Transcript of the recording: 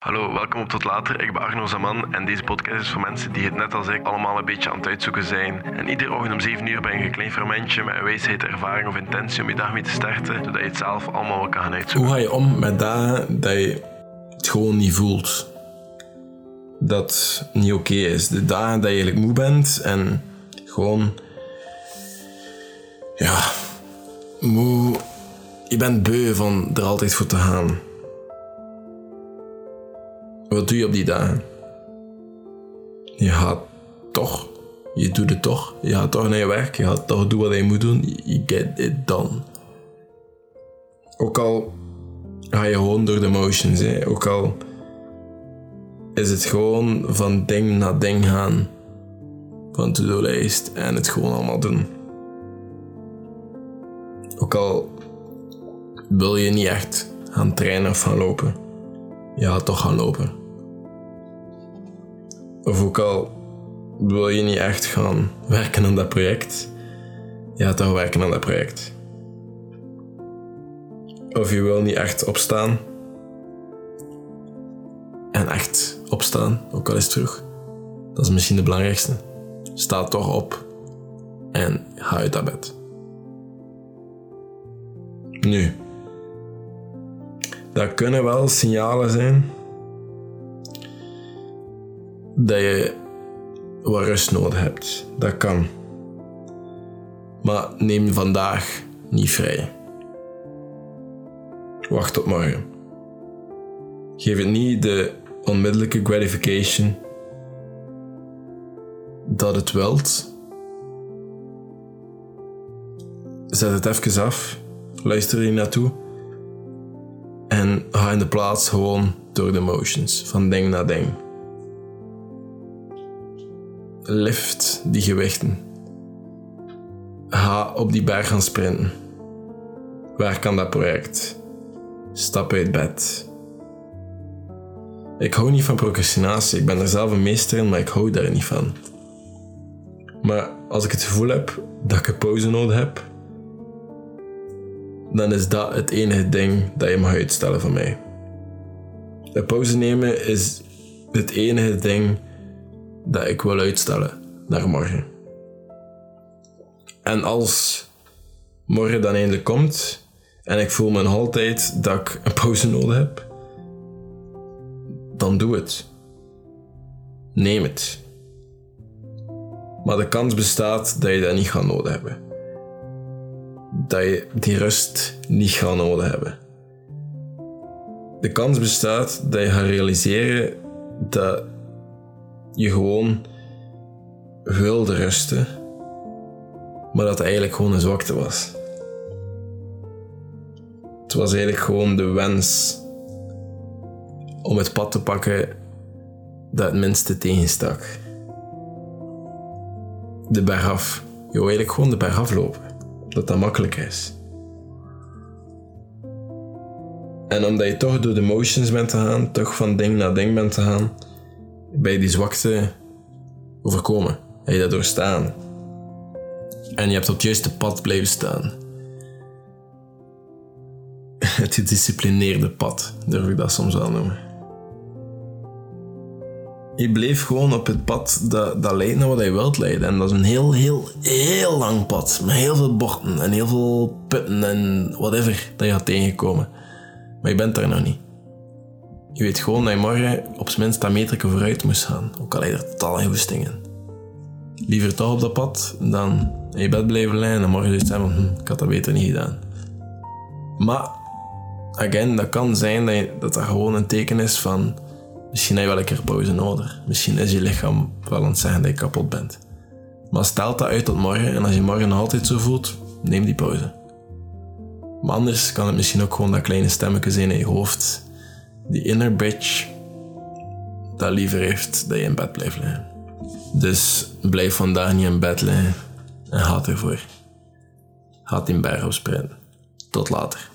Hallo, welkom op Tot Later. Ik ben Arno Zaman en deze podcast is voor mensen die het net als ik allemaal een beetje aan het uitzoeken zijn. En iedere ochtend om 7 uur ben je een klein fermentje met een wijsheid, ervaring of intentie om je dag mee te starten, zodat je het zelf allemaal wel kan gaan uitzoeken. Hoe ga je om met dagen dat je het gewoon niet voelt? Dat het niet oké is. De dagen dat je eigenlijk moe bent en gewoon... Ja... moe... Je bent beu van er altijd voor te gaan. Wat doe je op die dagen? Je gaat toch. Je doet het toch. Je gaat toch naar je werk. Je gaat toch doen wat je moet doen. You get it done. Ook al ga je gewoon door de motions. Hè. Ook al is het gewoon van ding naar ding gaan. Van to-do-lijst. En het gewoon allemaal doen. Ook al wil je niet echt gaan trainen of gaan lopen. Je gaat toch gaan lopen. Of ook al wil je niet echt gaan werken aan dat project. Je gaat toch werken aan dat project. Of je wil niet echt opstaan. En echt opstaan, ook al is het vroeg. Dat is misschien de belangrijkste. Sta toch op. En ga uit dat bed. Nu. Dat kunnen wel signalen zijn dat je wat rust nodig hebt. Dat kan. Maar neem vandaag niet vrij. Wacht tot morgen. Geef het niet de onmiddellijke gratification dat het wilt. Zet het even af. Luister er naartoe. En ga in de plaats gewoon door de motions. Van ding naar ding. Lift die gewichten. Ga op die berg gaan sprinten. Werk aan dat project. Stap uit bed. Ik hou niet van procrastinatie. Ik ben er zelf een meester in, maar ik hou daar niet van. Maar als ik het gevoel heb dat ik een pauze nodig heb, dan is dat het enige ding dat je mag uitstellen van mij. Een pauze nemen is het enige ding dat ik wil uitstellen naar morgen. En als morgen dan eindelijk komt en ik voel me nog altijd dat ik een pauze nodig heb, dan doe het. Neem het. Maar de kans bestaat dat je dat niet gaat nodig hebben. Dat je die rust niet gaat nodig hebben. De kans bestaat dat je gaat realiseren dat je gewoon wilde rusten, maar dat het eigenlijk gewoon een zwakte was. Het was eigenlijk gewoon de wens om het pad te pakken dat het minste tegenstak. De berg af. Je wil eigenlijk gewoon de berg aflopen. Dat makkelijk is. En omdat je toch door de motions bent te gaan, toch van ding naar ding bent te gaan, ben je die zwakte overkomen. Heb je dat doorstaan. En je hebt op het juiste pad blijven staan. Het gedisciplineerde pad, durf ik dat soms wel noemen. Je bleef gewoon op het pad dat leidt naar wat je wilt leiden. En dat is een heel lang pad. Met heel veel bochten en heel veel putten en whatever dat je gaat tegenkomen. Maar je bent daar nog niet. Je weet gewoon dat je morgen op zijn minst dat meterke vooruit moest gaan. Ook al heb je er totaal geen goesting in. Liever toch op dat pad dan in je bed blijven liggen en morgen zoiets zeggen van ik had dat beter niet gedaan. Maar, again, dat kan zijn dat gewoon een teken is van misschien heb je wel een keer pauze nodig. Misschien is je lichaam wel aan het zeggen dat je kapot bent. Maar stel dat uit tot morgen en als je morgen nog altijd zo voelt, neem die pauze. Maar anders kan het misschien ook gewoon dat kleine stemmetje zijn in je hoofd. Die inner bitch dat liever heeft dat je in bed blijft liggen. Dus blijf vandaag niet in bed liggen en ga ervoor. Ga in berg op sprinten. Tot later.